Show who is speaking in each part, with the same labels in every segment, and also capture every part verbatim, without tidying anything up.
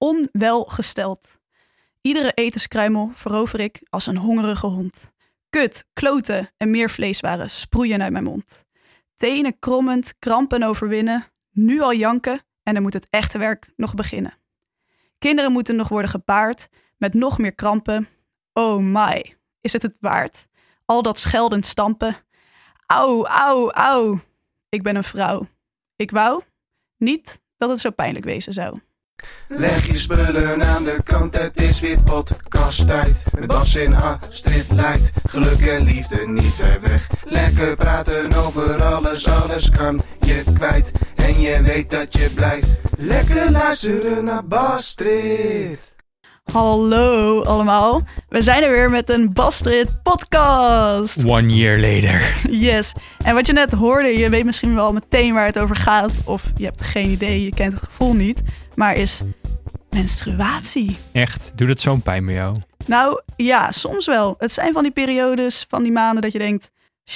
Speaker 1: onwelgesteld. Iedere etenskruimel verover ik als een hongerige hond. Kut, kloten en meer vleeswaren sproeien uit mijn mond. Tenen krommend, krampen overwinnen, nu al janken en dan moet het echte werk nog beginnen. Kinderen moeten nog worden gepaard met nog meer krampen. Oh my, is het het waard? Al dat scheldend stampen. Auw, auw, auw. Ik ben een vrouw. Ik wou niet dat het zo pijnlijk wezen zou.
Speaker 2: Leg je spullen aan de kant, het is weer podcasttijd. Met Bas en Astrid lijkt geluk en liefde niet ver weg. Lekker praten over alles, alles kan je kwijt. En je weet dat je blijft lekker luisteren naar Bastrid.
Speaker 1: Hallo allemaal, we zijn er weer met een Bastrid podcast.
Speaker 3: One year later.
Speaker 1: Yes, en wat je net hoorde, je weet misschien wel meteen waar het over gaat. Of je hebt geen idee, je kent het gevoel niet. Maar is menstruatie.
Speaker 3: Echt? Doet het zo'n pijn bij jou?
Speaker 1: Nou ja, soms wel. Het zijn van die periodes, van die maanden dat je denkt...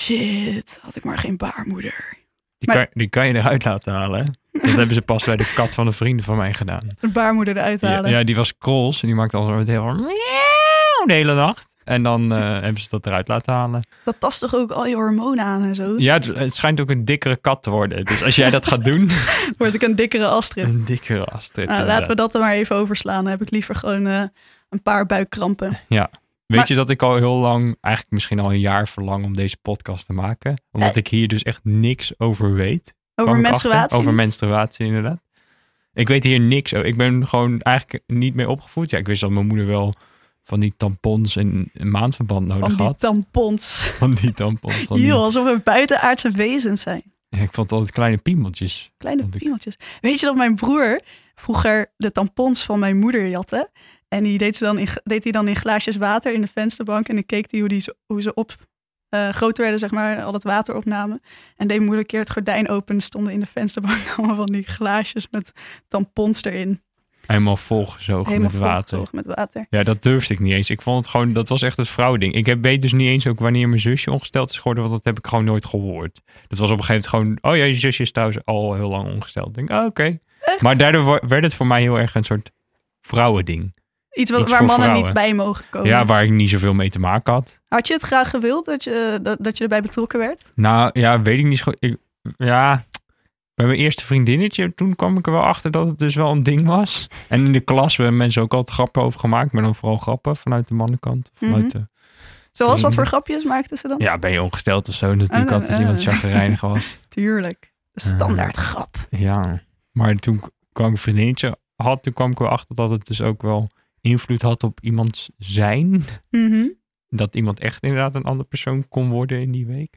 Speaker 1: Shit, had ik maar geen baarmoeder.
Speaker 3: Die,
Speaker 1: Maar-
Speaker 3: kan, die kan je eruit laten halen. Hè? Dat hebben ze pas bij de kat van een vriend van mij gedaan.
Speaker 1: Een baarmoeder eruit
Speaker 3: Ja,
Speaker 1: halen.
Speaker 3: ja, die was krols en die maakte al zo heel van miauw de hele nacht. En dan uh, hebben ze dat eruit laten halen.
Speaker 1: Dat tast toch ook al je hormonen aan en zo?
Speaker 3: Ja, het, het schijnt ook een dikkere kat te worden. Dus als jij dat gaat doen...
Speaker 1: Word ik een dikkere Astrid.
Speaker 3: een dikkere Astrid.
Speaker 1: Nou, laten we dat er maar even overslaan. Dan heb ik liever gewoon uh, een paar buikkrampen.
Speaker 3: Ja. Weet
Speaker 1: Maar-
Speaker 3: je dat ik al heel lang, eigenlijk misschien al een jaar verlang om deze podcast te maken? Omdat
Speaker 1: Eh.
Speaker 3: ik hier dus echt niks over weet.
Speaker 1: Over
Speaker 3: kwam ik
Speaker 1: menstruatie?
Speaker 3: achter. Over
Speaker 1: niet?
Speaker 3: menstruatie, inderdaad. Ik weet hier niks over. Ik ben gewoon eigenlijk niet mee opgevoed. Ja, ik wist dat mijn moeder wel van die tampons en een maandverband nodig
Speaker 1: Van die
Speaker 3: had.
Speaker 1: tampons.
Speaker 3: Van die tampons. Van die...
Speaker 1: Joh, alsof we buitenaardse wezens zijn.
Speaker 3: Ja, ik vond het altijd kleine piemeltjes.
Speaker 1: Kleine
Speaker 3: Want ik-
Speaker 1: piemeltjes. Weet je dat mijn broer vroeger de tampons van mijn moeder jatte? En die deed, ze dan in, deed hij dan in glaasjes water in de vensterbank. En dan keek hij hoe, die, zo- hoe ze op uh, groter werden, zeg maar, al het water opnamen. En deed moeder een keer het gordijn open. Stonden in de vensterbank allemaal van die glaasjes met tampons erin.
Speaker 3: Helemaal volgezogen
Speaker 1: Helemaal
Speaker 3: met water.
Speaker 1: volgezogen met water.
Speaker 3: Ja, dat durfde ik niet eens. Ik vond het gewoon, dat was echt het vrouwding. Ik heb, weet dus niet eens ook wanneer mijn zusje ongesteld is geworden, want dat heb ik gewoon nooit gehoord. Dat was op een gegeven moment gewoon, oh ja, je zusje is thuis al heel lang ongesteld. Ik denk, oh, oké. Okay. Maar daardoor wa- werd het voor mij heel erg een soort vrouwending.
Speaker 1: Iets wat,
Speaker 3: Iets
Speaker 1: waar
Speaker 3: voor
Speaker 1: mannen
Speaker 3: vrouwen.
Speaker 1: niet bij mogen komen.
Speaker 3: Ja, waar ik niet zoveel mee te maken had.
Speaker 1: Had je het graag gewild dat je, dat, dat je erbij betrokken werd?
Speaker 3: Nou, ja, weet ik niet zo goed. Ik, ja, bij mijn eerste vriendinnetje, toen kwam ik er wel achter dat het dus wel een ding was. En in de klas werden mensen ook altijd grappen over gemaakt, maar dan vooral grappen vanuit de mannenkant. Vanuit
Speaker 1: Mhm.
Speaker 3: de,
Speaker 1: Zoals, wat
Speaker 3: Vrienden.
Speaker 1: voor grapjes maakten ze dan?
Speaker 3: ja, ben je ongesteld of zo? Natuurlijk
Speaker 1: Ah,
Speaker 3: altijd
Speaker 1: ah,
Speaker 3: iemand
Speaker 1: ah.
Speaker 3: chagrijnig was.
Speaker 1: Tuurlijk. De standaard grap.
Speaker 3: Ja, maar toen k- kwam ik een vriendinnetje had, toen kwam ik wel achter dat het dus ook wel invloed had op iemands zijn.
Speaker 1: Mhm.
Speaker 3: Dat iemand echt inderdaad een andere persoon kon worden in die week.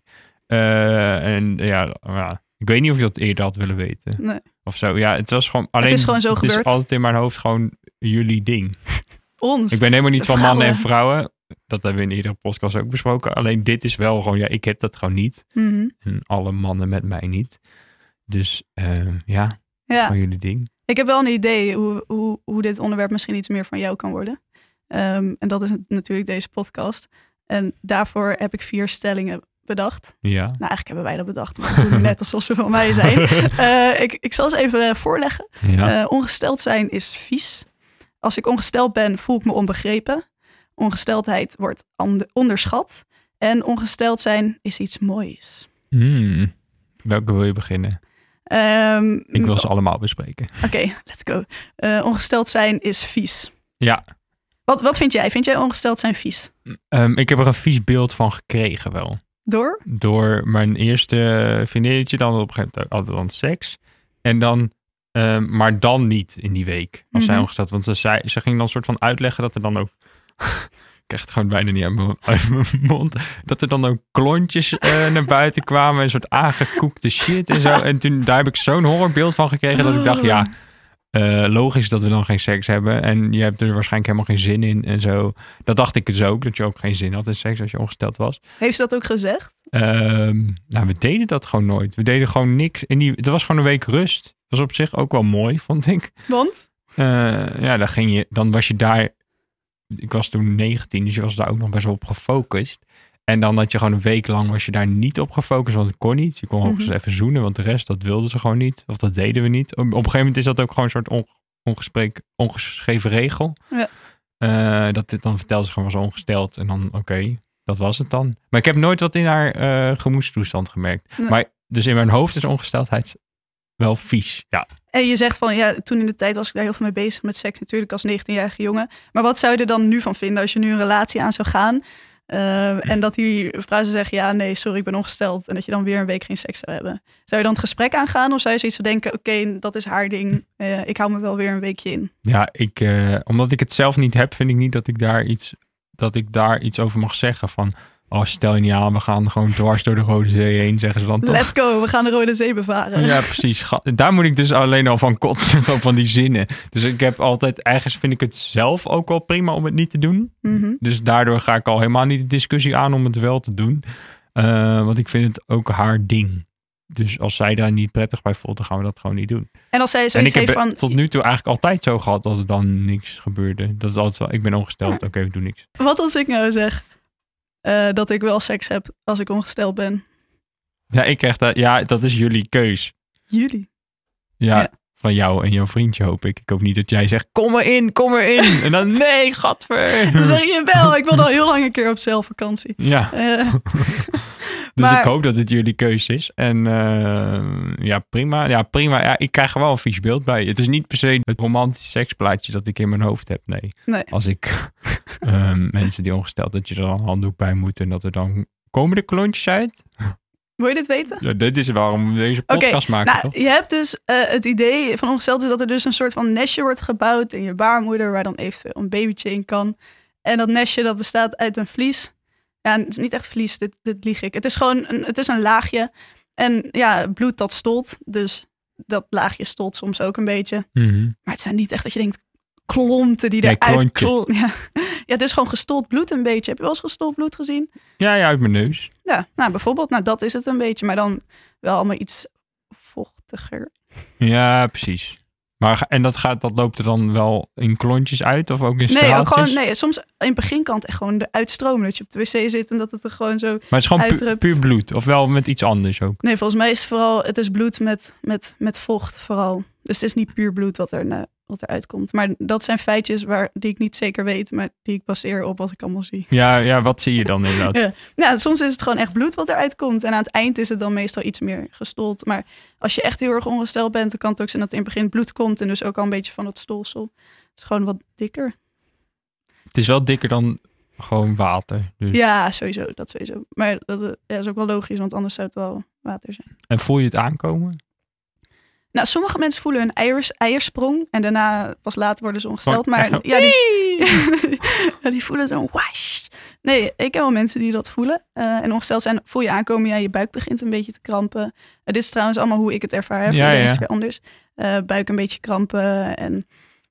Speaker 3: Uh, en ja, ja, ik weet niet of ik dat eerder had willen weten.
Speaker 1: Nee.
Speaker 3: Of zo. Ja, het was gewoon alleen.
Speaker 1: is gewoon zo
Speaker 3: het
Speaker 1: gebeurd.
Speaker 3: is altijd in mijn hoofd gewoon jullie ding.
Speaker 1: Ons.
Speaker 3: Ik ben helemaal niet
Speaker 1: De
Speaker 3: van mannen en
Speaker 1: vrouwen.
Speaker 3: vrouwen. Dat hebben we in iedere podcast ook besproken. Alleen dit is wel gewoon, ja, ik heb dat gewoon niet.
Speaker 1: Mhm.
Speaker 3: En alle mannen met mij niet. Dus uh, ja,
Speaker 1: Ja.
Speaker 3: gewoon jullie ding.
Speaker 1: Ik heb wel een idee hoe, hoe, hoe dit onderwerp misschien iets meer van jou kan worden. Um, en dat is natuurlijk deze podcast. En daarvoor heb ik vier stellingen bedacht.
Speaker 3: Ja.
Speaker 1: Nou, eigenlijk hebben wij dat bedacht. Maar we doen net alsof ze van mij zijn. Uh, ik, ik zal ze even voorleggen.
Speaker 3: Ja.
Speaker 1: Uh, ongesteld zijn is vies. Als ik ongesteld ben, voel ik me onbegrepen. Ongesteldheid wordt and- onderschat. En ongesteld zijn is iets moois.
Speaker 3: Hmm. Welke wil je beginnen?
Speaker 1: Um,
Speaker 3: Ik wil ze allemaal bespreken.
Speaker 1: Oké, okay, let's go. Uh, ongesteld zijn is vies.
Speaker 3: Ja.
Speaker 1: Wat, wat vind jij? Vind jij ongesteld zijn vies?
Speaker 3: Um, ik heb er een vies beeld van gekregen wel.
Speaker 1: Door?
Speaker 3: Door mijn eerste vriendinnetje, dan op een gegeven moment altijd dan seks. En dan, um, maar dan niet in die week. Als
Speaker 1: Mm-hmm.
Speaker 3: zij ongesteld. Want ze, zei, ze ging dan soort van uitleggen dat er dan ook... Ik krijg het gewoon bijna niet uit mijn, uit mijn mond. Dat er dan ook klontjes uh, naar buiten kwamen. Een soort aangekoekte shit en zo. En toen, daar heb ik zo'n horrorbeeld van gekregen. Dat ik dacht, ja, uh, logisch dat we dan geen seks hebben. En je hebt er waarschijnlijk helemaal geen zin in en zo. Dat dacht ik dus ook. Dat je ook geen zin had in seks als je ongesteld was.
Speaker 1: Heeft ze dat ook gezegd?
Speaker 3: Um, nou, we deden dat gewoon nooit. We deden gewoon niks. In die, het was gewoon een week rust. Dat was op zich ook wel mooi, vond ik.
Speaker 1: Want?
Speaker 3: Uh, ja, dan, ging je, dan was je daar... Ik was toen negentien, dus je was daar ook nog best wel op gefocust. En dan had je gewoon een week lang was je daar niet op gefocust, want het kon niet. Je kon mm-hmm. ook eens even zoenen, want de rest, dat wilden ze gewoon niet. Of dat deden we niet. Op, op een gegeven moment is dat ook gewoon een soort on, ongesprek, ongeschreven regel.
Speaker 1: Ja.
Speaker 3: Uh, dat dit dan vertelt ze gewoon was ongesteld. En dan oké, okay, dat was het dan. Maar ik heb nooit wat in haar uh, gemoedstoestand gemerkt. Nee. Maar dus in mijn hoofd is ongesteldheid wel vies. Ja.
Speaker 1: En je zegt van, ja, toen in de tijd was ik daar heel veel mee bezig met seks. Natuurlijk als negentienjarige jongen. Maar wat zou je er dan nu van vinden als je nu een relatie aan zou gaan? Uh, en dat die vrouw zou zeggen, ja, nee, sorry, ik ben ongesteld. En dat je dan weer een week geen seks zou hebben. Zou je dan het gesprek aangaan? Of zou je zoiets denken, oké, okay, dat is haar ding. Uh, ik hou me wel weer een weekje in.
Speaker 3: Ja, ik, uh, omdat ik het zelf niet heb, vind ik niet dat ik daar iets, dat ik daar iets over mag zeggen. Van, oh, stel je niet aan, we gaan gewoon dwars door de Rode Zee heen, zeggen ze dan toch.
Speaker 1: Let's go, we gaan de Rode Zee bevaren.
Speaker 3: Ja, precies. Daar moet ik dus alleen al van kotsen, van die zinnen. Dus ik heb altijd, ergens vind ik het zelf ook wel prima om het niet te doen.
Speaker 1: Mm-hmm.
Speaker 3: Dus daardoor ga ik al helemaal niet de discussie aan om het wel te doen. Uh, want ik vind het ook haar ding. Dus als zij daar niet prettig bij voelt, dan gaan we dat gewoon niet doen.
Speaker 1: En als zij
Speaker 3: zoiets
Speaker 1: heeft van...
Speaker 3: En ik heb tot nu toe eigenlijk altijd zo gehad dat er dan niks gebeurde. Dat is altijd wel, ik ben ongesteld, ja. Oké, okay, we doen niks.
Speaker 1: Wat als ik nou zeg... Uh, dat ik wel seks heb als ik ongesteld ben.
Speaker 3: Ja, ik krijg dat. Ja, dat is jullie keus.
Speaker 1: Jullie?
Speaker 3: Ja,
Speaker 1: ja,
Speaker 3: van jou en jouw vriendje hoop ik. Ik hoop niet dat jij zegt, kom erin, kom erin. En dan, nee, gadver.
Speaker 1: Dan zeg je wel, ik wil al heel lang een keer op zelfvakantie.
Speaker 3: Ja. Uh, dus maar... ik hoop dat het jullie keus is. En uh, ja, prima. Ja, prima. Ja, ik krijg er wel een vies beeld bij. Het is niet per se het romantische seksplaatje dat ik in mijn hoofd heb. Nee.
Speaker 1: nee.
Speaker 3: Als ik uh, mensen die ongesteld, dat je er dan een handdoek bij moet. En dat er dan, komen de klontjes uit?
Speaker 1: Wil je dit weten?
Speaker 3: Ja, dit is waarom we deze podcast
Speaker 1: okay,
Speaker 3: maken,
Speaker 1: nou,
Speaker 3: toch?
Speaker 1: Je hebt dus uh, het idee van ongesteld is dat er dus een soort van nestje wordt gebouwd in je baarmoeder, waar dan eventueel een babytje in kan. En dat nestje dat bestaat uit een vlies. Ja, het is niet echt vlies, dit, dit lieg ik. Het is gewoon een, het is een laagje. En ja, bloed dat stolt. Dus dat laagje stolt soms ook een beetje.
Speaker 3: Mm-hmm.
Speaker 1: Maar het zijn niet echt dat je denkt, klonten die
Speaker 3: nee,
Speaker 1: eruit... Klon, ja. ja, het is gewoon gestold bloed een beetje. Heb je wel eens gestold bloed gezien?
Speaker 3: Ja, ja, uit mijn neus.
Speaker 1: Ja, nou bijvoorbeeld. Nou, dat is het een beetje. Maar dan wel allemaal iets vochtiger.
Speaker 3: Ja, precies. Maar en dat, gaat, dat loopt er dan wel in klontjes uit of ook in straaltjes?
Speaker 1: Nee, ook gewoon, nee, soms in het begin kan het echt gewoon eruit stromen. Dat je op de wc zit en dat het er gewoon zo
Speaker 3: Maar het is gewoon pu- puur bloed? Of wel met iets anders ook?
Speaker 1: Nee, volgens mij is het vooral, het is bloed met, met, met vocht vooral. Dus het is niet puur bloed wat er, nou, wat eruit komt. Maar dat zijn feitjes waar, die ik niet zeker weet, maar die ik baseer op wat ik allemaal zie.
Speaker 3: Ja, ja, wat zie je dan inderdaad?
Speaker 1: ja. ja, soms is het gewoon echt bloed wat eruit komt. En aan het eind is het dan meestal iets meer gestold. Maar als je echt heel erg ongesteld bent, dan kan het ook zijn dat in het begin bloed komt. En dus ook al een beetje van het stolsel. Het is gewoon wat dikker.
Speaker 3: Het is wel dikker dan gewoon water. Dus.
Speaker 1: Ja, sowieso. Dat sowieso. Maar dat ja, is ook wel logisch, want anders zou het wel water zijn.
Speaker 3: En voel je het aankomen?
Speaker 1: Nou, sommige mensen voelen een eiers, eiersprong en daarna pas later worden ze ongesteld. Maar
Speaker 3: ja,
Speaker 1: ja, die, ja, die voelen zo'n wash. Nee, ik heb wel mensen die dat voelen. Uh, en ongesteld zijn, voel je aankomen, ja, je buik begint een beetje te krampen. Uh, dit is trouwens allemaal hoe ik het ervaar heb.
Speaker 3: Ja, ja.
Speaker 1: Dat is weer anders. Uh, buik een beetje krampen en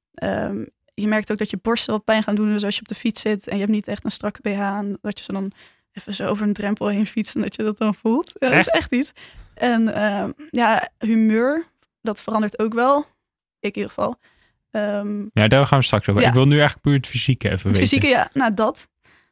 Speaker 1: um, je merkt ook dat je borsten wat pijn gaan doen. Dus als je op de fiets zit en je hebt niet echt een strakke B H aan, dat je ze dan even zo over een drempel heen fietst en dat je dat dan voelt. Ja, dat is echt iets. En uh, ja, humeur. Dat verandert ook wel. Ik in ieder geval. Um,
Speaker 3: ja, daar gaan we straks over.
Speaker 1: Ja.
Speaker 3: Ik wil nu eigenlijk puur het fysieke even
Speaker 1: het
Speaker 3: weten.
Speaker 1: fysieke, ja. Nou, dat.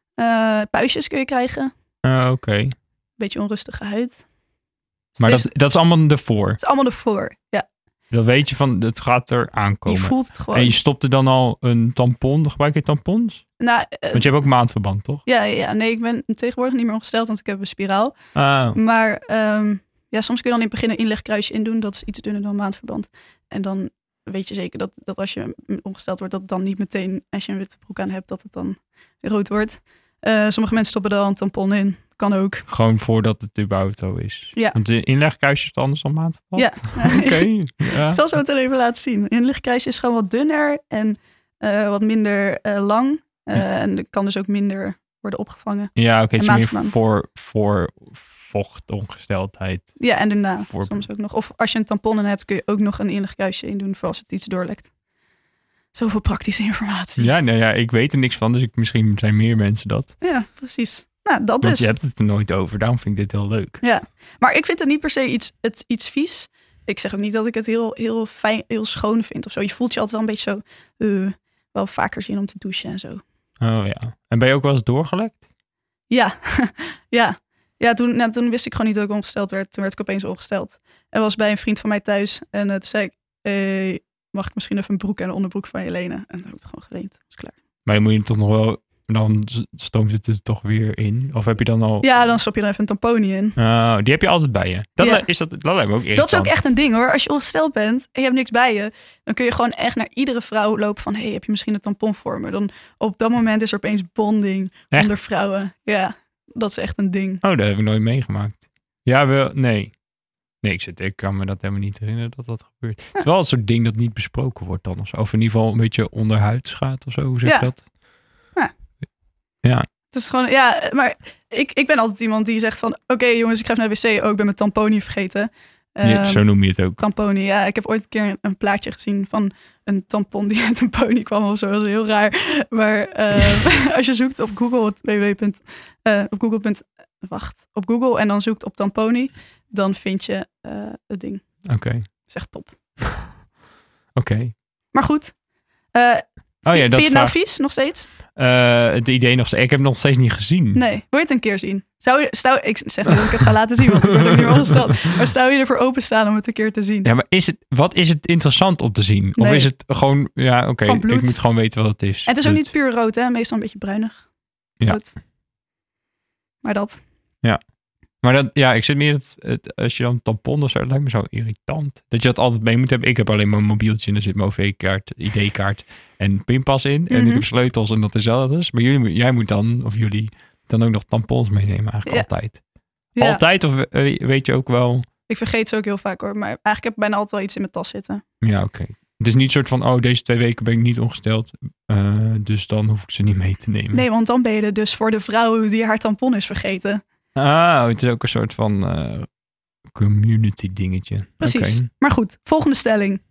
Speaker 1: Uh, puistjes kun je krijgen.
Speaker 3: Uh, Oké. Okay.
Speaker 1: Beetje onrustige huid. Dus
Speaker 3: maar dat, dat is allemaal ervoor?
Speaker 1: Dat is allemaal ervoor, ja.
Speaker 3: Dan weet je van, het gaat er aankomen.
Speaker 1: Je voelt het gewoon.
Speaker 3: En je stopt er dan al een tampon. Gebruik je tampons?
Speaker 1: Nou, uh,
Speaker 3: want je hebt ook maandverband, toch?
Speaker 1: Ja, ja, nee, ik ben tegenwoordig niet meer ongesteld, want ik heb een spiraal.
Speaker 3: Ah.
Speaker 1: Maar... Um, ja, soms kun je dan in het begin een inlegkruisje in doen. Dat is iets dunner dan maandverband. En dan weet je zeker dat, dat als je ongesteld wordt, dat het dan niet meteen, als je een witte broek aan hebt, dat het dan rood wordt. Uh, sommige mensen stoppen er al een tampon in. Kan ook.
Speaker 3: Gewoon voordat het überhaupt zo is.
Speaker 1: Ja.
Speaker 3: Want de inlegkruisje is anders dan maandverband?
Speaker 1: Ja.
Speaker 3: Oké. Okay. Ja.
Speaker 1: Ik zal zo meteen even laten zien. Een inlegkruisje is gewoon wat dunner en uh, wat minder uh, lang. Uh, ja. En kan dus ook minder worden opgevangen.
Speaker 3: Ja, oké. Okay, het is meer voor... voor vochtongesteldheid.
Speaker 1: Ja, en daarna
Speaker 3: voor...
Speaker 1: soms ook nog. Of als je een tampon in hebt, kun je ook nog een inlegkruisje in doen voor als het iets doorlekt. Zoveel praktische informatie.
Speaker 3: Ja, nou ja, ik weet er niks van, dus ik, misschien zijn meer mensen dat.
Speaker 1: Ja, precies. Nou, dat
Speaker 3: Want
Speaker 1: is.
Speaker 3: je hebt het er nooit over, daarom vind ik dit heel leuk.
Speaker 1: Ja, maar ik vind het niet per se iets, het, iets vies. Ik zeg ook niet dat ik het heel, heel fijn, heel schoon vind of zo. Je voelt je altijd wel een beetje zo, uh, wel vaker zin om te douchen en zo.
Speaker 3: Oh ja. En ben je ook wel eens doorgelekt?
Speaker 1: Ja, ja. Ja, toen, nou, toen wist ik gewoon niet dat ik ongesteld werd. Toen werd ik opeens ongesteld. En was bij een vriend van mij thuis. En uh, toen zei ik, hey, mag ik misschien even een broek en een onderbroek van je lenen? En dan heb ik het gewoon geleend. Dat is klaar.
Speaker 3: Maar dan moet je toch nog wel... Dan stoomt het er toch weer in? Of heb je dan al...
Speaker 1: Ja, dan stop je er even een tamponie in.
Speaker 3: Uh, die heb je altijd bij je. Dat,
Speaker 1: Ja.
Speaker 3: is dat, dat lijkt me ook irritant.
Speaker 1: Dat is ook echt een ding hoor. Als je ongesteld bent en je hebt niks bij je, dan kun je gewoon echt naar iedere vrouw lopen van, hey, heb je misschien een tampon voor me? Dan op dat moment is er opeens bonding
Speaker 3: Echt?
Speaker 1: onder vrouwen. Ja, dat is echt een ding.
Speaker 3: Oh, dat heb ik nooit meegemaakt. Ja, wel, nee. Nee, ik, zit, ik kan me dat helemaal niet herinneren dat dat gebeurt. Het is wel een soort ding dat niet besproken wordt dan. Of, zo. Of in ieder geval een beetje onderhuids gaat of zo. Hoe zeg je
Speaker 1: Ja.
Speaker 3: dat?
Speaker 1: Ja.
Speaker 3: Ja.
Speaker 1: Het is gewoon, ja, maar ik, ik ben altijd iemand die zegt van, oké okay, jongens, ik ga even naar de wc. Oh, ik ben mijn tamponie vergeten.
Speaker 3: Ja,
Speaker 1: Um,
Speaker 3: zo noem je het ook.
Speaker 1: Tamponie, ja. Ik heb ooit een keer een plaatje gezien van een tampon die uit een pony kwam of zo. Dat was heel raar. Maar uh, als je zoekt op Google, het www. Uh, op Google. Wacht, op Google en dan zoekt op tamponie, dan vind je uh, het ding.
Speaker 3: Oké. Okay.
Speaker 1: Dat is echt top.
Speaker 3: Oké. Okay.
Speaker 1: Maar goed. Uh,
Speaker 3: Oh ja,
Speaker 1: vind
Speaker 3: dat
Speaker 1: je het nou
Speaker 3: vraag...
Speaker 1: vies nog steeds?
Speaker 3: Uh, het idee nog steeds. Ik heb het nog steeds niet gezien.
Speaker 1: Nee, wil je het een keer zien? Zou je, stel, ik zeg niet dat ik het ga laten zien, want ik word ook niet meer ongesteld. Maar zou je ervoor openstaan om het een keer te zien?
Speaker 3: Ja, maar is het, wat is het interessant om te zien?
Speaker 1: Nee.
Speaker 3: Of is het gewoon, ja oké, okay, ik moet gewoon weten wat het is.
Speaker 1: En het is ook niet puur rood, hè? Meestal een beetje bruinig.
Speaker 3: Ja.
Speaker 1: Rood. Maar dat.
Speaker 3: Ja. Maar dat, ja, ik zit meer, het, het, als je dan tampon of zo, dat lijkt me zo irritant. Dat je dat altijd mee moet hebben. Ik heb alleen mijn mobieltje en er zit mijn O V-kaart, I D-kaart en pinpas in. En
Speaker 1: Mm-hmm.
Speaker 3: ik heb sleutels en dat is alles. Maar jullie, jij moet dan, of jullie, dan ook nog tampons meenemen eigenlijk
Speaker 1: Ja.
Speaker 3: altijd.
Speaker 1: Ja.
Speaker 3: Altijd of uh, weet je ook wel?
Speaker 1: Ik vergeet ze ook heel vaak hoor. Maar eigenlijk heb ik bijna altijd wel iets in mijn tas zitten.
Speaker 3: Ja, oké. Okay. Het is niet soort van, oh, deze twee weken ben ik niet ongesteld. Uh, dus dan hoef ik ze niet mee te nemen.
Speaker 1: Nee, want dan ben je er dus voor de vrouw die haar tampon is vergeten.
Speaker 3: Ah, het is ook een soort van uh, community dingetje.
Speaker 1: Precies.
Speaker 3: Okay.
Speaker 1: Maar goed, volgende stelling.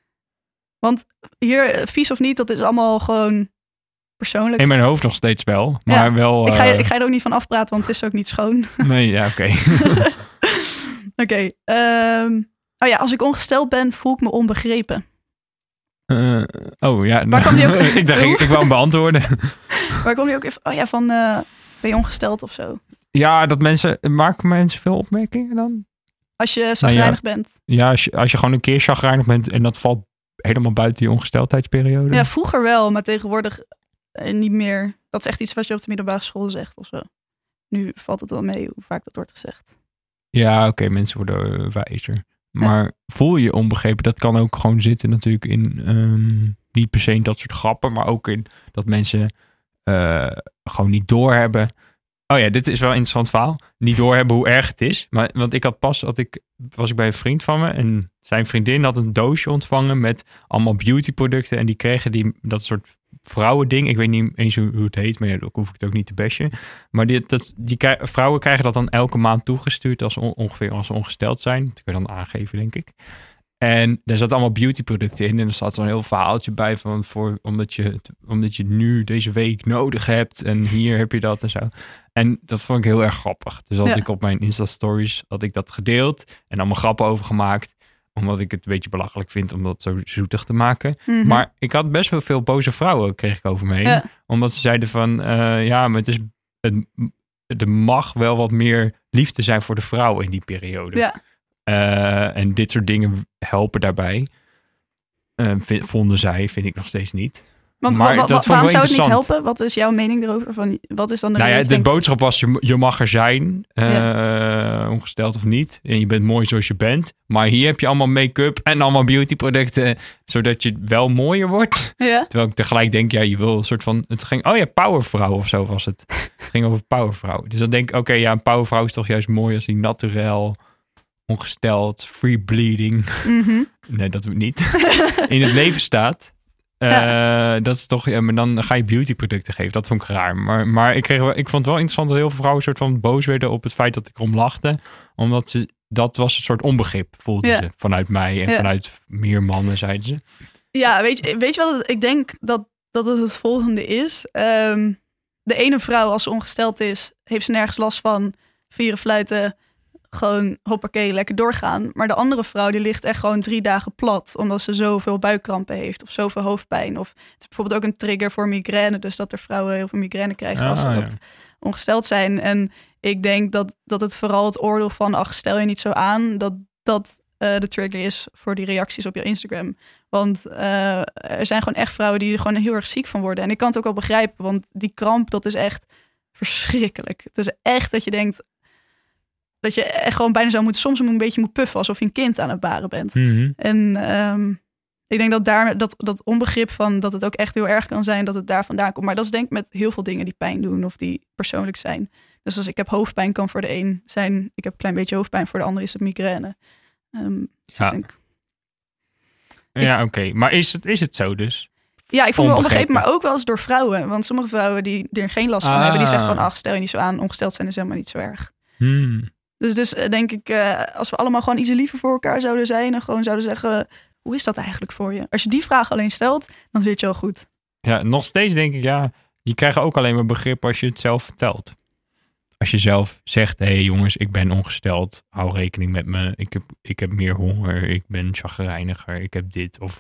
Speaker 1: Want hier, vies of niet, dat is allemaal gewoon persoonlijk.
Speaker 3: In mijn hoofd nog steeds wel. Maar
Speaker 1: ja,
Speaker 3: wel... Uh...
Speaker 1: Ik, ga je, ik ga je er ook niet van afpraten, want het is ook niet schoon.
Speaker 3: Nee, ja, oké.
Speaker 1: Oké. Okay, um, oh ja, als ik ongesteld ben, voel ik me onbegrepen.
Speaker 3: Uh, oh ja,
Speaker 1: Waar kwam die ook?
Speaker 3: ik dacht, ik, ik wou hem beantwoorden.
Speaker 1: Waar kom je ook even? Oh ja, van uh, ben je ongesteld of zo?
Speaker 3: Ja, dat mensen, maken mensen veel opmerkingen dan?
Speaker 1: Als je chagrijnig
Speaker 3: nou ja,
Speaker 1: bent.
Speaker 3: Ja, als je, als je gewoon een keer chagrijnig bent en dat valt helemaal buiten die ongesteldheidsperiode.
Speaker 1: Ja, vroeger wel, maar tegenwoordig uh, niet meer. Dat is echt iets wat je op de middelbare school zegt of zo. Nu valt het wel mee hoe vaak dat wordt gezegd.
Speaker 3: Ja, oké, okay, mensen worden uh, wijzer. Maar ja. Voel je onbegrepen, dat kan ook gewoon zitten natuurlijk in, um, niet per se in dat soort grappen, maar ook in dat mensen uh, gewoon niet doorhebben. Oh ja, dit is wel een interessant verhaal. Niet doorhebben hoe erg het is. Maar, want ik had pas, had ik, was ik bij een vriend van me en zijn vriendin had een doosje ontvangen met allemaal beautyproducten en die kregen die, dat soort vrouwending. Ik weet niet eens hoe het heet, maar ja, dan hoef ik het ook niet te bashen. Maar die, dat, die vrouwen krijgen dat dan elke maand toegestuurd als on, ongeveer als ze ongesteld zijn. Dat kun je dan aangeven, denk ik. En daar zat allemaal beautyproducten in. En er zat zo'n heel verhaaltje bij van voor, omdat je omdat je het nu deze week nodig hebt. En hier heb je dat en zo. En dat vond ik heel erg grappig. Dus had ja. ik op mijn Insta-stories had ik dat gedeeld. En allemaal grappen over gemaakt. Omdat ik het een beetje belachelijk vind om dat zo zoetig te maken. Mm-hmm. Maar ik had best wel veel boze vrouwen kreeg ik over me heen. Ja. Omdat ze zeiden van uh, ja, maar het is het, er mag wel wat meer liefde zijn voor de vrouw in die periode.
Speaker 1: Ja.
Speaker 3: Uh, en dit soort dingen helpen daarbij. Uh, vind, vonden zij, vind ik nog steeds niet.
Speaker 1: Want
Speaker 3: maar
Speaker 1: wa- wa-
Speaker 3: dat
Speaker 1: waarom zou het niet helpen? Wat is jouw mening erover? Van, wat is dan de
Speaker 3: nou ja, de
Speaker 1: denkt...
Speaker 3: boodschap was, je, je mag er zijn. Uh,
Speaker 1: ja.
Speaker 3: Ongesteld of niet. En je bent mooi zoals je bent. Maar hier heb je allemaal make-up en allemaal beautyproducten. Zodat je wel mooier wordt.
Speaker 1: Ja.
Speaker 3: Terwijl ik tegelijk denk, ja, je wil een soort van... Het ging, oh ja, powervrouw of zo was het. Het ging over powervrouw. Dus dan denk ik, oké, okay, ja, een powervrouw is toch juist mooi als die naturel... ongesteld, free bleeding.
Speaker 1: Mm-hmm.
Speaker 3: Nee, dat doet niet. In het leven staat. Uh, ja. Dat is toch, ja, maar dan ga je beautyproducten geven. Dat vond ik raar. Maar, maar ik, kreeg, ik vond het wel interessant dat heel veel vrouwen soort van boos werden op het feit dat ik erom lachte. Omdat ze, dat was een soort onbegrip, voelden ja. ze. Vanuit mij en ja. vanuit meer mannen, zeiden ze.
Speaker 1: Ja, weet je, weet je wat? Ik denk dat, dat het het volgende is. Um, de ene vrouw, als ze ongesteld is, heeft ze nergens last van. Vieren, fluiten, gewoon hoppakee, lekker doorgaan. Maar de andere vrouw, die ligt echt gewoon drie dagen plat. Omdat ze zoveel buikkrampen heeft of zoveel hoofdpijn. Of het is bijvoorbeeld ook een trigger voor migraine. Dus dat er vrouwen heel veel migraine krijgen als ze
Speaker 3: ah, ja.
Speaker 1: dat ongesteld zijn. En ik denk dat, dat het vooral het oordeel van, ach, stel je niet zo aan. Dat, dat uh, de trigger is voor die reacties op je Instagram. Want uh, er zijn gewoon echt vrouwen die er gewoon heel erg ziek van worden. En ik kan het ook wel begrijpen, want die kramp, dat is echt verschrikkelijk. Het is echt dat je denkt dat je echt gewoon bijna zo moet, soms een beetje moet puffen, alsof je een kind aan het baren bent.
Speaker 3: Mm-hmm.
Speaker 1: En um, ik denk dat daar dat, dat onbegrip van dat het ook echt heel erg kan zijn, dat het daar vandaan komt. Maar dat is denk ik met heel veel dingen die pijn doen of die persoonlijk zijn. Dus als ik heb hoofdpijn, kan voor de een zijn, ik heb een klein beetje hoofdpijn, voor de ander is het migraine. Um, dus
Speaker 3: ja,
Speaker 1: ik denk,
Speaker 3: ja oké. Okay. Maar is het, is het zo dus?
Speaker 1: Ja, ik voel me onbegrepen, maar ook wel eens door vrouwen. Want sommige vrouwen die er geen last van ah. hebben, die zeggen van, ach, stel je niet zo aan, ongesteld zijn is helemaal niet zo erg.
Speaker 3: Hmm.
Speaker 1: Dus, dus denk ik, uh, als we allemaal gewoon iets liever voor elkaar zouden zijn en gewoon zouden zeggen, hoe is dat eigenlijk voor je? Als je die vraag alleen stelt, dan zit je al goed.
Speaker 3: Ja, nog steeds denk ik, ja, je krijgt ook alleen maar begrip als je het zelf vertelt. Als je zelf zegt, hé hey jongens, ik ben ongesteld, hou rekening met me, ik heb, ik heb meer honger, ik ben chagrijniger, ik heb dit. Of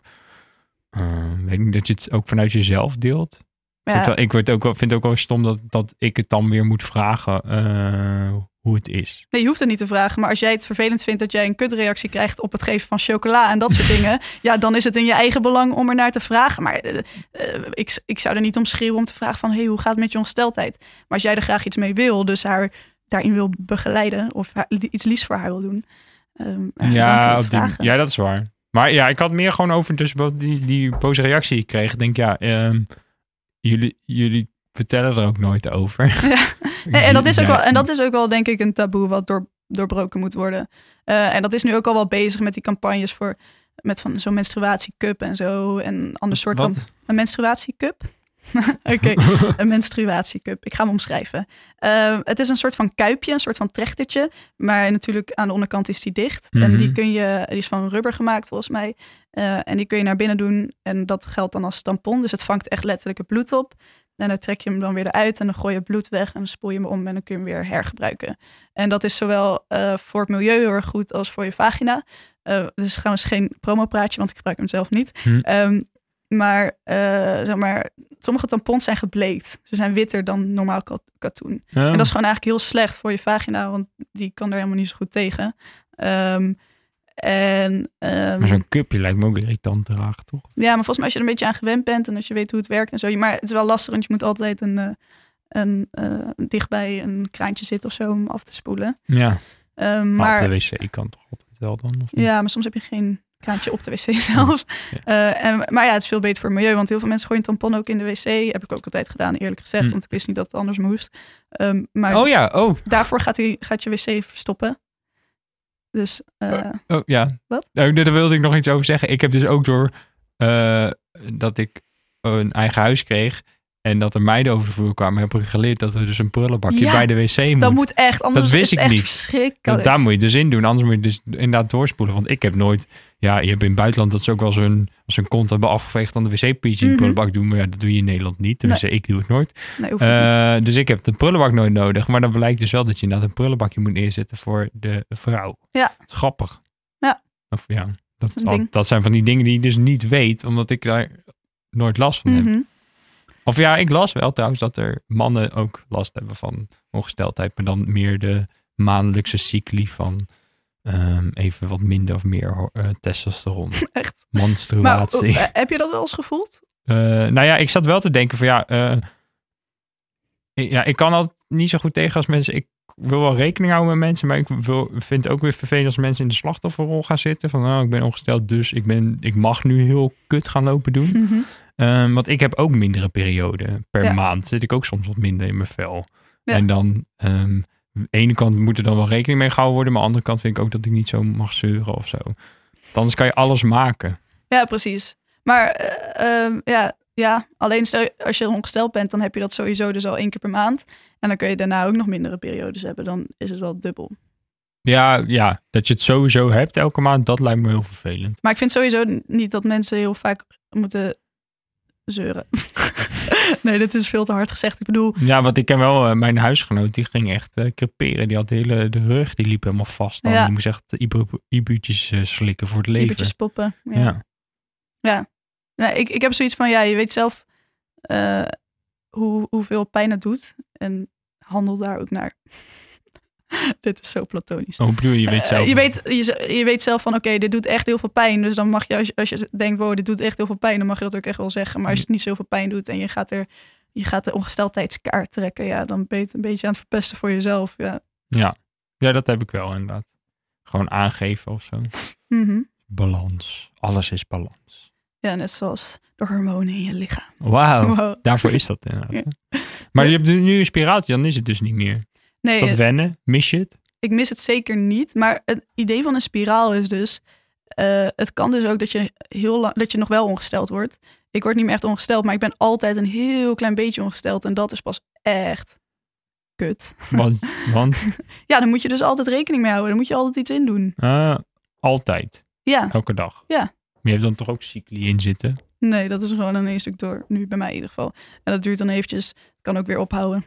Speaker 3: uh, weet ik dat je het ook vanuit jezelf deelt. Ja. Wel, ik word ook wel, vind het ook wel stom dat, dat ik het dan weer moet vragen uh, hoe het is.
Speaker 1: Nee, je hoeft het niet te vragen, maar als jij het vervelend vindt dat jij een kutreactie krijgt op het geven van chocola en dat soort dingen, ja, dan is het in je eigen belang om er naar te vragen. Maar uh, uh, ik, ik zou er niet om schreeuwen om te vragen van, hé, hey, hoe gaat het met je ongesteldheid? Maar als jij er graag iets mee wil, dus haar daarin wil begeleiden of haar, iets liefs voor haar wil doen, um,
Speaker 3: ja, op die, ja, dat is waar. Maar ja, ik had meer gewoon over dus wat die, die boze reactie die ik kreeg. Ik denk, ja, um, jullie, jullie vertellen er ook nooit over.
Speaker 1: Ja. Nee, en, dat is ook wel, en dat is ook wel, denk ik, een taboe wat door, doorbroken moet worden. Uh, en dat is nu ook al wel bezig met die campagnes voor met van zo'n menstruatiecup en zo. En ander soort van een menstruatiecup. Oké, okay. Een menstruatiecup. Ik ga hem omschrijven. Uh, het is een soort van kuipje, een soort van trechtertje. Maar natuurlijk aan de onderkant is die dicht. Mm-hmm. En die kun je, die is van rubber gemaakt volgens mij. Uh, en die kun je naar binnen doen. En dat geldt dan als tampon. Dus het vangt echt letterlijk het bloed op. En dan trek je hem dan weer eruit en dan gooi je het bloed weg en dan spoel je hem om en dan kun je hem weer hergebruiken. En dat is zowel uh, voor het milieu heel erg goed als voor je vagina. Uh, dus trouwens geen promopraatje, want ik gebruik hem zelf niet. Hm. Um, maar, uh, zeg maar sommige tampons zijn gebleekt. Ze zijn witter dan normaal katoen. Ja. En dat is gewoon eigenlijk heel slecht voor je vagina, want die kan er helemaal niet zo goed tegen. Um, En, um,
Speaker 3: maar zo'n cupje lijkt me ook irritant te dragen, toch?
Speaker 1: Ja, maar volgens mij als je er een beetje aan gewend bent en als je weet hoe het werkt en zo. Maar het is wel lastig, want je moet altijd een, uh, een, uh, dichtbij een kraantje zitten of zo om af te spoelen.
Speaker 3: Ja,
Speaker 1: um,
Speaker 3: maar,
Speaker 1: maar
Speaker 3: op de wc kan toch altijd wel dan? Of
Speaker 1: ja, maar soms heb je geen kraantje op de wc zelf. Ja. Uh, en, maar ja, het is veel beter voor het milieu, want heel veel mensen gooien een tampon ook in de wc. Heb ik ook altijd gedaan, eerlijk gezegd, hm. want ik wist niet dat het anders moest. Um, maar
Speaker 3: oh ja, oh.
Speaker 1: Daarvoor gaat, die, gaat je wc verstoppen. Dus, uh,
Speaker 3: oh ja.
Speaker 1: Wat?
Speaker 3: Nou, daar wilde ik nog iets over zeggen. Ik heb dus ook door uh, dat ik een eigen huis kreeg en dat er meiden over de vloer kwamen, heb ik geleerd dat er dus een prullenbakje ja, bij de wc moet.
Speaker 1: Dat moet echt, anders
Speaker 3: dat wist
Speaker 1: is
Speaker 3: ik
Speaker 1: het
Speaker 3: niet.
Speaker 1: Echt verschrikkelijk.
Speaker 3: Daar moet je dus in doen, anders moet je dus inderdaad doorspoelen. Want ik heb nooit, ja, je hebt in het buitenland dat ze ook wel zo'n, als een kont hebben afgeveegd dan de wc-pietje in de mm-hmm. prullenbak doen. Maar ja, dat doe je in Nederland niet. Dus nee. ik doe het nooit.
Speaker 1: Nee, hoeft uh,
Speaker 3: niet. Dus ik heb de prullenbak nooit nodig. Maar dan blijkt dus wel dat je inderdaad een prullenbakje moet neerzetten voor de vrouw.
Speaker 1: Ja.
Speaker 3: Dat is grappig.
Speaker 1: Ja.
Speaker 3: Of ja, dat, dat, al, dat zijn van die dingen die je dus niet weet, omdat ik daar nooit last van heb. Mm-hmm. Of ja, ik las wel trouwens dat er mannen ook last hebben van ongesteldheid, maar dan meer de maandelijkse cycli van um, even wat minder of meer uh, testosteron.
Speaker 1: Echt?
Speaker 3: Menstruatie.
Speaker 1: Maar, uh, heb je dat wel eens gevoeld?
Speaker 3: Uh, nou ja, ik zat wel te denken van ja, uh, ja, ik kan altijd niet zo goed tegen als mensen, ik wil wel rekening houden met mensen, maar ik wil, vind het ook weer vervelend als mensen in de slachtofferrol gaan zitten. Van, oh, ik ben ongesteld, dus ik, ben, ik mag nu heel kut gaan lopen doen.
Speaker 1: Mm-hmm.
Speaker 3: Um, want ik heb ook mindere perioden per ja. maand. Zit ik ook soms wat minder in mijn vel. Ja. En dan, um, aan de ene kant moet er dan wel rekening mee gehouden worden, maar aan de andere kant vind ik ook dat ik niet zo mag zeuren of zo. Anders kan je alles maken.
Speaker 1: Ja, precies. Maar uh, um, ja, ja, alleen stel, als je ongesteld bent, dan heb je dat sowieso dus al één keer per maand. En dan kun je daarna ook nog mindere periodes hebben. Dan is het wel dubbel. Ja,
Speaker 3: ja, dat je het sowieso hebt elke maand, dat lijkt me heel vervelend.
Speaker 1: Maar ik vind sowieso niet dat mensen heel vaak moeten zeuren. Nee, dat is veel te hard gezegd. Ik bedoel...
Speaker 3: Ja, want ik ken wel, uh, mijn huisgenoot, die ging echt uh, creperen. Die had de hele de rug, die liep helemaal vast. Dan. Ja. Die moest echt ibu'tjes uh, slikken voor het leven.
Speaker 1: Ibu'tjes poppen. Ja.
Speaker 3: Ja.
Speaker 1: ja. Nee, ik, ik heb zoiets van, ja, je weet zelf uh, hoe, hoeveel pijn het doet. En handel daar ook naar. Dit is zo platonisch.
Speaker 3: Oh, bedoel je, je weet
Speaker 1: Uh,
Speaker 3: zelf.
Speaker 1: je, weet, je, je weet zelf van, oké, okay, dit doet echt heel veel pijn. Dus dan mag je, als je, als je denkt, wow, dit doet echt heel veel pijn, dan mag je dat ook echt wel zeggen. Maar als het niet zoveel pijn doet en je gaat er, je gaat de ongesteldheidskaart trekken, ja, dan ben je het een beetje aan het verpesten voor jezelf. Ja,
Speaker 3: Ja. ja, dat heb ik wel inderdaad. Gewoon aangeven of zo.
Speaker 1: mm-hmm.
Speaker 3: Balans. Alles is balans.
Speaker 1: Ja, net zoals de hormonen in je lichaam.
Speaker 3: Wauw,
Speaker 1: Wow.
Speaker 3: daarvoor is dat inderdaad.
Speaker 1: Ja.
Speaker 3: Maar je hebt nu een spiraaltje, dan is het dus niet meer.
Speaker 1: Nee,
Speaker 3: Is dat
Speaker 1: het-
Speaker 3: wennen? Mis je het?
Speaker 1: ik mis het zeker niet. Maar het idee van een spiraal is dus, uh, het kan dus ook dat je heel lang, dat je nog wel ongesteld wordt. Ik word niet meer echt ongesteld, maar ik ben altijd een heel klein beetje ongesteld. En dat is pas echt kut.
Speaker 3: Want, want
Speaker 1: Ja, dan moet je dus altijd rekening mee houden. Dan moet je altijd iets in doen.
Speaker 3: uh, altijd,
Speaker 1: Ja,
Speaker 3: elke dag.
Speaker 1: Ja.
Speaker 3: Maar je hebt dan toch ook cycli in zitten?
Speaker 1: nee, dat is gewoon een één stuk door. Nu bij mij in ieder geval. En dat duurt dan eventjes. Kan ook weer ophouden.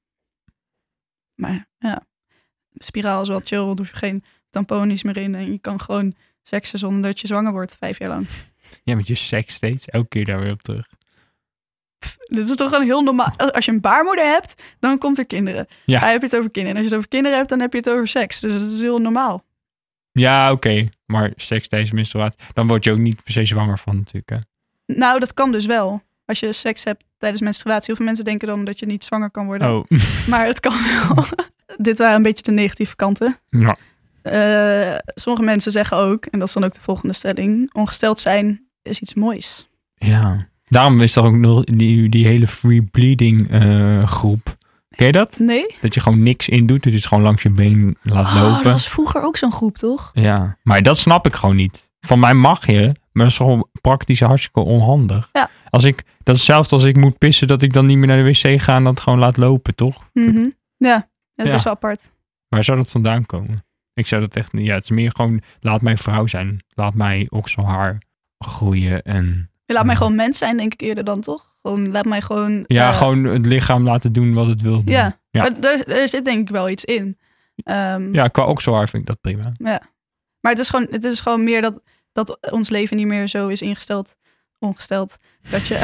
Speaker 1: Maar ja, spiraal is wel chill. Want hoef je geen tamponies meer in. En je kan gewoon seksen zonder dat je zwanger wordt. Vijf jaar lang.
Speaker 3: Ja, met je seks steeds. Elke keer daar weer op terug.
Speaker 1: Dit is toch gewoon heel normaal. Als je een baarmoeder hebt, dan komt er kinderen.
Speaker 3: Ja.
Speaker 1: Dan heb je het over kinderen. En als je het over kinderen hebt, dan heb je het over seks. Dus dat is heel normaal.
Speaker 3: Ja, oké. Okay. Maar seks tijdens menstruatie, dan word je ook niet per se zwanger van natuurlijk. Hè?
Speaker 1: Nou, dat kan dus wel. Als je seks hebt tijdens menstruatie. Heel veel mensen denken dan dat je niet zwanger kan worden.
Speaker 3: Oh,
Speaker 1: Maar het kan wel. Dit waren een beetje de negatieve kanten.
Speaker 3: ja.
Speaker 1: Uh, sommige mensen zeggen ook, en dat is dan ook de volgende stelling, ongesteld zijn is iets moois.
Speaker 3: Ja. Daarom is er ook nog die, die hele free bleeding uh, groep. Ken je dat?
Speaker 1: Nee?
Speaker 3: Dat je gewoon niks in doet, dus gewoon langs je been laat
Speaker 1: Oh,
Speaker 3: lopen.
Speaker 1: dat was vroeger ook zo'n groep, toch?
Speaker 3: Ja, maar dat snap ik gewoon niet. Van mij mag je, maar dat is gewoon praktisch hartstikke onhandig.
Speaker 1: Ja.
Speaker 3: Als ik, dat is hetzelfde als ik moet pissen, dat ik dan niet meer naar de wc ga en dat gewoon laat lopen, toch?
Speaker 1: Mm-hmm. Ja, dat is
Speaker 3: Ja.
Speaker 1: best wel apart.
Speaker 3: Waar zou dat vandaan komen? Ik zou dat echt niet. Ja, het is meer gewoon, laat mij vrouw zijn. Laat mij okselhaar groeien en...
Speaker 1: Je laat mij gewoon mens zijn, denk ik eerder dan, toch? Gewoon, laat mij gewoon...
Speaker 3: Ja,
Speaker 1: uh,
Speaker 3: gewoon het lichaam laten doen wat het wil doen.
Speaker 1: Ja,
Speaker 3: Ja.
Speaker 1: maar daar, daar zit denk ik wel iets in. Um,
Speaker 3: Ja, qua okselhaar vind ik dat prima.
Speaker 1: Ja. Maar het is gewoon, het is gewoon meer dat, dat ons leven niet meer zo is ingesteld, ongesteld, dat je,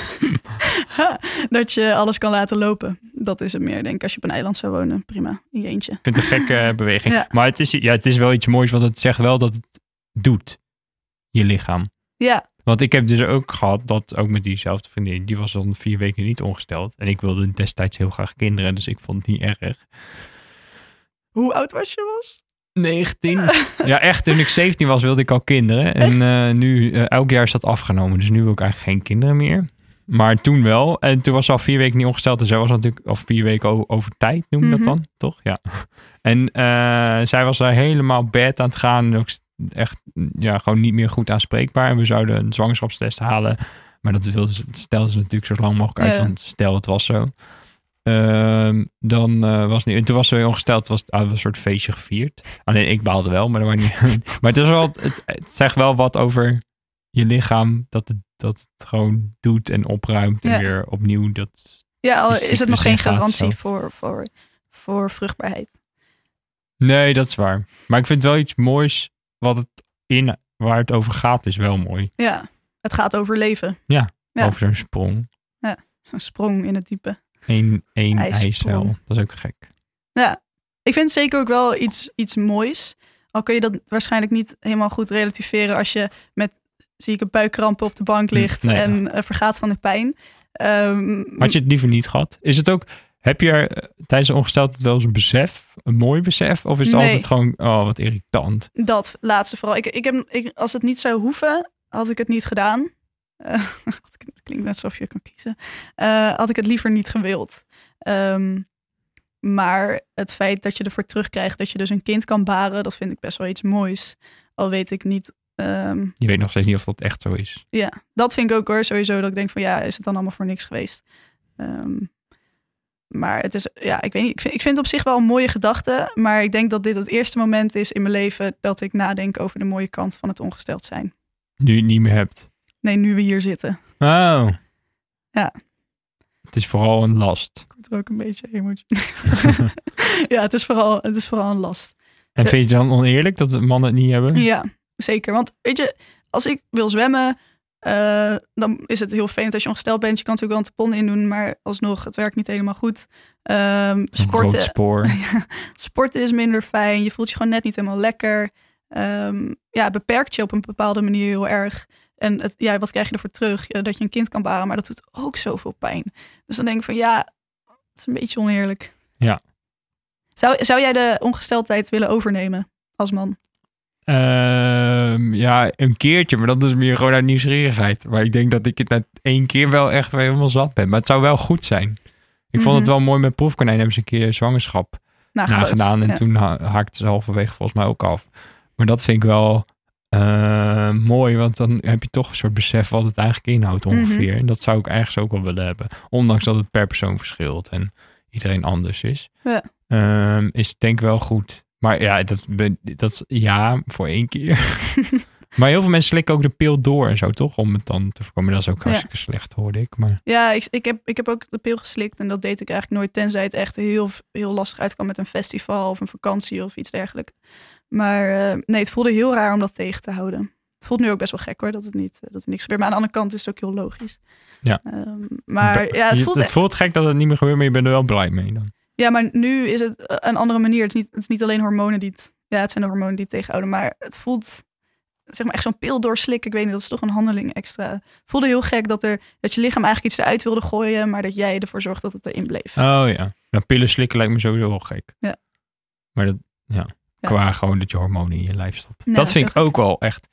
Speaker 1: dat je alles kan laten lopen. Dat is het meer, denk ik, als je op een eiland zou wonen. Prima, in je eentje.
Speaker 3: Ik vind het een gekke beweging.
Speaker 1: Ja.
Speaker 3: Maar het is, ja, het is wel iets moois, want het zegt wel dat het doet. Je lichaam.
Speaker 1: Ja,
Speaker 3: Want ik heb dus ook gehad, dat ook met diezelfde vriendin, die was dan vier weken niet ongesteld. En ik wilde destijds heel graag kinderen, dus ik vond het niet erg.
Speaker 1: hoe oud was je, was?
Speaker 3: negentien. Ja, echt. Toen ik zeventien was, wilde ik al kinderen. En uh, nu, uh, elk jaar is dat afgenomen. Dus nu wil ik eigenlijk geen kinderen meer. Maar toen wel. En toen was ze al vier weken niet ongesteld. En zij was natuurlijk al vier weken over, over tijd, noem je
Speaker 1: Mm-hmm.
Speaker 3: dat dan? Toch? Ja. En uh, zij was daar helemaal bad aan het gaan. En ook echt, ja, gewoon niet meer goed aanspreekbaar. En we zouden een zwangerschapstest halen. Maar dat wilde ze, stelde ze natuurlijk zo lang mogelijk uit.
Speaker 1: Ja.
Speaker 3: Want stel, het was zo. Uh, dan uh, was niet. En toen was ze weer ongesteld. Was, uh, was een soort feestje gevierd. Alleen ik baalde wel, maar dat was niet. Maar het is wel. Het, het zegt wel wat over je lichaam, dat het dat het gewoon doet en opruimt en
Speaker 1: Ja.
Speaker 3: weer opnieuw dat.
Speaker 1: Ja, al
Speaker 3: Die
Speaker 1: is het nog
Speaker 3: cyclus
Speaker 1: geen
Speaker 3: ingaat,
Speaker 1: garantie
Speaker 3: zo.
Speaker 1: voor, voor, voor vruchtbaarheid.
Speaker 3: Nee, dat is waar. Maar ik vind wel iets moois wat het in waar het over gaat is wel mooi.
Speaker 1: Ja, het gaat over leven.
Speaker 3: Ja,
Speaker 1: Ja.
Speaker 3: over zo'n sprong.
Speaker 1: Zo'n sprong in het diepe.
Speaker 3: Eén één
Speaker 1: IJssprong.
Speaker 3: eicel. Dat is ook gek.
Speaker 1: Ja, ik vind het zeker ook wel iets, iets moois. Al kun je dat waarschijnlijk niet helemaal goed relativeren als je met zieke buikkrampen op de bank ligt
Speaker 3: Nee,
Speaker 1: en
Speaker 3: ja.
Speaker 1: uh, vergaat van de pijn. Um,
Speaker 3: Had je het liever niet gehad? Is het ook, heb je er uh, tijdens de ongesteldheid wel eens een besef, een mooi besef? Of is het
Speaker 1: Nee.
Speaker 3: altijd gewoon, oh wat irritant?
Speaker 1: Dat laatste vooral. Ik, ik heb, ik, als het niet zou hoeven, had ik het niet gedaan. Uh, het klinkt net alsof je kan kiezen. Uh, had ik het liever niet gewild. Um, maar het feit dat je ervoor terugkrijgt dat je dus een kind kan baren, dat vind ik best wel iets moois. Al weet ik niet. Um,
Speaker 3: Je weet nog steeds niet of dat echt zo is.
Speaker 1: ja, dat vind ik ook hoor. Sowieso dat ik denk van ja, is het dan allemaal voor niks geweest? Um, maar het is, ja, ik weet niet. Ik vind, ik vind het op zich wel een mooie gedachte. Maar ik denk dat dit het eerste moment is in mijn leven dat ik nadenk over de mooie kant van het ongesteld zijn.
Speaker 3: Nu je het niet meer hebt.
Speaker 1: Nee, nu we hier zitten.
Speaker 3: Oh.
Speaker 1: Ja.
Speaker 3: Het is vooral een last.
Speaker 1: Ik word er ook een beetje emotioneel. Ja, het is, vooral, het is vooral een last.
Speaker 3: En vind je het dan oneerlijk dat mannen het niet hebben?
Speaker 1: Ja, zeker. Want weet je, als ik wil zwemmen, Uh, dan is het heel fijn als je ongesteld bent. Je kan natuurlijk wel een tampon in doen, maar alsnog, het werkt niet helemaal goed. Um, sporten,
Speaker 3: spoor.
Speaker 1: sporten is minder fijn. Je voelt je gewoon net niet helemaal lekker. Um, ja, beperkt je op een bepaalde manier heel erg. En het, ja, wat krijg je ervoor terug? Ja, dat je een kind kan baren, maar dat doet ook zoveel pijn. Dus dan denk ik van ja, het is een beetje oneerlijk.
Speaker 3: Ja.
Speaker 1: Zou, zou jij de ongesteldheid willen overnemen als man?
Speaker 3: Uh, ja, een keertje, maar dat is meer gewoon uit nieuwsgierigheid. Maar ik denk dat ik het net één keer wel echt weer helemaal zat ben. Maar het zou wel goed zijn. Ik mm-hmm. vond het wel mooi met proefkonijn. Hebben ze een keer zwangerschap
Speaker 1: Nagedood,
Speaker 3: nagedaan. En ja. toen ha- haakte ze halverwege volgens mij ook af. Maar dat vind ik wel uh, mooi. Want dan heb je toch een soort besef wat het eigenlijk inhoudt ongeveer. Mm-hmm. En dat zou ik ergens ook wel willen hebben. Ondanks dat het per persoon verschilt. En iedereen anders is.
Speaker 1: Ja.
Speaker 3: Uh, is het denk ik wel goed. Maar ja, dat, dat ja, voor één keer. Maar heel veel mensen slikken ook de pil door en zo, toch? Om het dan te voorkomen. Dat is ook hartstikke ja. slecht, hoorde ik. Maar...
Speaker 1: Ja, ik, ik, heb, ik heb ook de pil geslikt en dat deed ik eigenlijk nooit. Tenzij het echt heel, heel lastig uitkwam met een festival of een vakantie of iets dergelijks. Maar uh, nee, het voelde heel raar om dat tegen te houden. Het voelt nu ook best wel gek hoor, dat het, niet, dat er niks gebeurt. Maar aan de andere kant is het ook heel logisch.
Speaker 3: Ja.
Speaker 1: Um, maar ja, het voelt...
Speaker 3: Het voelt gek dat het niet meer gebeurt, maar je bent er wel blij mee dan.
Speaker 1: Ja, maar nu is het een andere manier. Het is niet, het is niet alleen hormonen die het... Ja, het zijn de hormonen die het tegenhouden. Maar het voelt... Zeg maar echt zo'n pil doorslikken. Ik weet niet, dat is toch een handeling extra. Het voelde heel gek dat, er, dat je lichaam eigenlijk iets eruit wilde gooien. Maar dat jij ervoor zorgt dat het erin bleef.
Speaker 3: Oh ja. Nou, pillen slikken lijkt me sowieso wel gek.
Speaker 1: Ja.
Speaker 3: Maar dat... Ja. ja. Qua gewoon dat je hormonen in je lijf stopt.
Speaker 1: Ja,
Speaker 3: dat vind ik
Speaker 1: ook
Speaker 3: ook wel echt...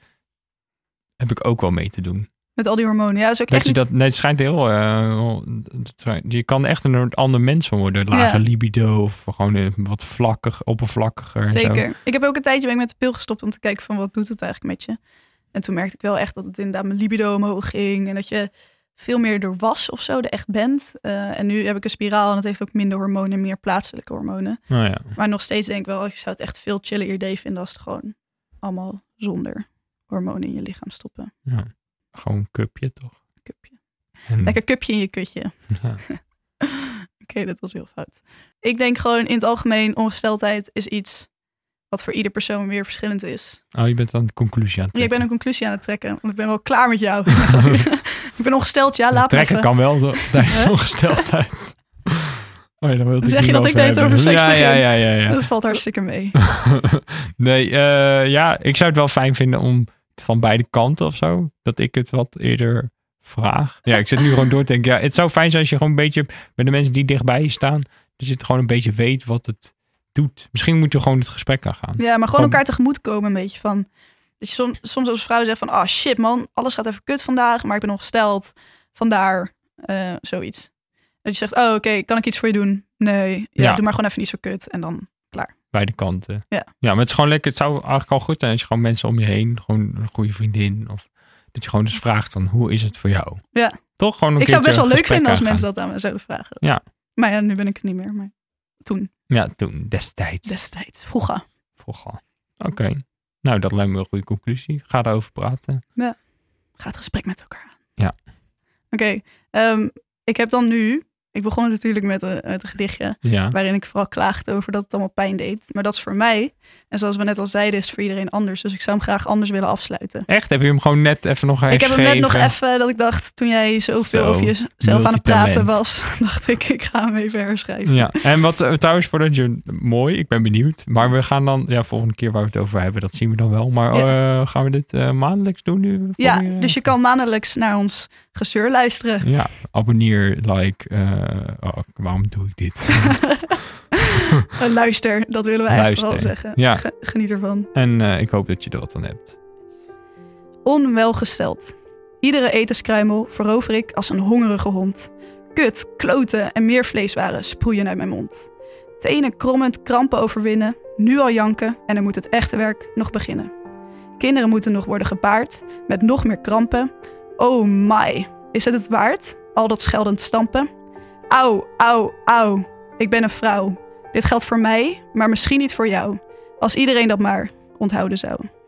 Speaker 3: Heb ik ook wel mee te doen.
Speaker 1: Met al die hormonen. Ja, dat is ook
Speaker 3: dat
Speaker 1: echt
Speaker 3: je
Speaker 1: niet...
Speaker 3: dat, nee, het schijnt heel... Uh, je kan echt een ander mens van worden. Lage ja. libido of gewoon uh, wat vlakkig, oppervlakkiger.
Speaker 1: Zeker.
Speaker 3: En zo.
Speaker 1: Ik heb ook een tijdje ben ik met de pil gestopt om te kijken van wat doet het eigenlijk met je. En toen merkte ik wel echt dat het inderdaad mijn libido omhoog ging. En dat je veel meer er was of zo, er echt bent. Uh, en nu heb ik een spiraal en dat heeft ook minder hormonen, meer plaatselijke hormonen.
Speaker 3: Oh ja.
Speaker 1: Maar nog steeds denk ik wel, je zou het echt veel chiller idee vinden als het gewoon allemaal zonder hormonen in je lichaam stoppen.
Speaker 3: Ja, gewoon een cupje toch?
Speaker 1: Cupje.
Speaker 3: En...
Speaker 1: Lekker cupje in je kutje.
Speaker 3: Ja.
Speaker 1: Oké, okay, dat was heel fout. Ik denk gewoon in het algemeen, ongesteldheid is iets wat voor ieder persoon weer verschillend is.
Speaker 3: Oh, je bent aan de conclusie aan het trekken.
Speaker 1: Ja, ik ben een conclusie aan het trekken, want ik ben wel klaar met jou. Ik ben ongesteld, ja, laat me
Speaker 3: trekken
Speaker 1: even.
Speaker 3: kan wel tijdens ongesteldheid. Oh ja, dan
Speaker 1: dan zeg je dat ik deed over seks
Speaker 3: ja,
Speaker 1: begin.
Speaker 3: Ja, ja, ja, ja.
Speaker 1: Dat valt hartstikke mee.
Speaker 3: Nee, uh, ja, ik zou het wel fijn vinden om van beide kanten of zo, dat ik het wat eerder vraag. Ja, ik zit nu gewoon door te denken. Ja, het zou fijn zijn als je gewoon een beetje met de mensen die dichtbij je staan, dat je het gewoon een beetje weet wat het doet. Misschien moet je gewoon het gesprek aangaan.
Speaker 1: Ja, maar gewoon, gewoon elkaar tegemoet komen een beetje van, dat je soms, soms als vrouw zegt van, ah oh shit man, alles gaat even kut vandaag, maar ik ben ongesteld. Vandaar uh, zoiets. Dat je zegt, oh oké, okay, kan ik iets voor je doen? Nee, ja, ja. Doe maar gewoon even niet zo kut en dan klaar.
Speaker 3: Beide kanten.
Speaker 1: Ja.
Speaker 3: Ja, maar het is gewoon lekker. Het zou eigenlijk al goed zijn als je gewoon mensen om je heen, gewoon een goede vriendin, of dat je gewoon dus vraagt van, hoe is het voor jou?
Speaker 1: Ja.
Speaker 3: Toch gewoon een
Speaker 1: ik zou het best wel leuk vinden als
Speaker 3: aangaan.
Speaker 1: mensen dat aan me zouden vragen.
Speaker 3: Ja.
Speaker 1: Maar ja, nu ben ik het niet meer, maar toen.
Speaker 3: Ja, toen, destijds.
Speaker 1: Destijds, vroeger.
Speaker 3: Vroeger. Oké. Okay. Nou, dat lijkt me een goede conclusie. Ga daarover praten.
Speaker 1: Ja. Ga het gesprek met elkaar aan.
Speaker 3: Ja.
Speaker 1: Oké. Okay, um, ik heb dan nu... Ik begon natuurlijk met een, met een gedichtje.
Speaker 3: Ja.
Speaker 1: Waarin ik vooral klaagde over dat het allemaal pijn deed. Maar dat is voor mij. En zoals we net al zeiden, is het voor iedereen anders. Dus ik zou hem graag anders willen afsluiten.
Speaker 3: Echt? Heb je hem gewoon net even nog herschreven?
Speaker 1: Ik heb hem net nog even, dat ik dacht, toen jij zoveel Zo, over jezelf aan het praten was, dacht ik, ik ga hem even herschrijven.
Speaker 3: Ja. En wat trouwens, voordat je, mooi, ik ben benieuwd. Maar we gaan dan, ja, volgende keer waar we het over hebben, dat zien we dan wel. Maar ja. uh, gaan we dit uh, maandelijks doen nu?
Speaker 1: Ja,
Speaker 3: je,
Speaker 1: dus je kan maandelijks naar ons gezeur luisteren.
Speaker 3: Ja, abonneer, like, uh, oh, waarom doe ik dit?
Speaker 1: Luister, dat willen we eigenlijk wel zeggen.
Speaker 3: Ja.
Speaker 1: Ge- geniet ervan.
Speaker 3: En uh, ik hoop dat je er wat aan hebt.
Speaker 1: Onwelgesteld. Iedere etenskruimel verover ik als een hongerige hond. Kut, kloten en meer vleeswaren sproeien uit mijn mond. Tenen krommend krampen overwinnen, nu al janken en dan moet het echte werk nog beginnen. Kinderen moeten nog worden gebaard, met nog meer krampen. Oh my, is het het waard? Al dat scheldend stampen. Auw, auw, auw, ik ben een vrouw. Dit geldt voor mij, maar misschien niet voor jou. Als iedereen dat maar onthouden zou.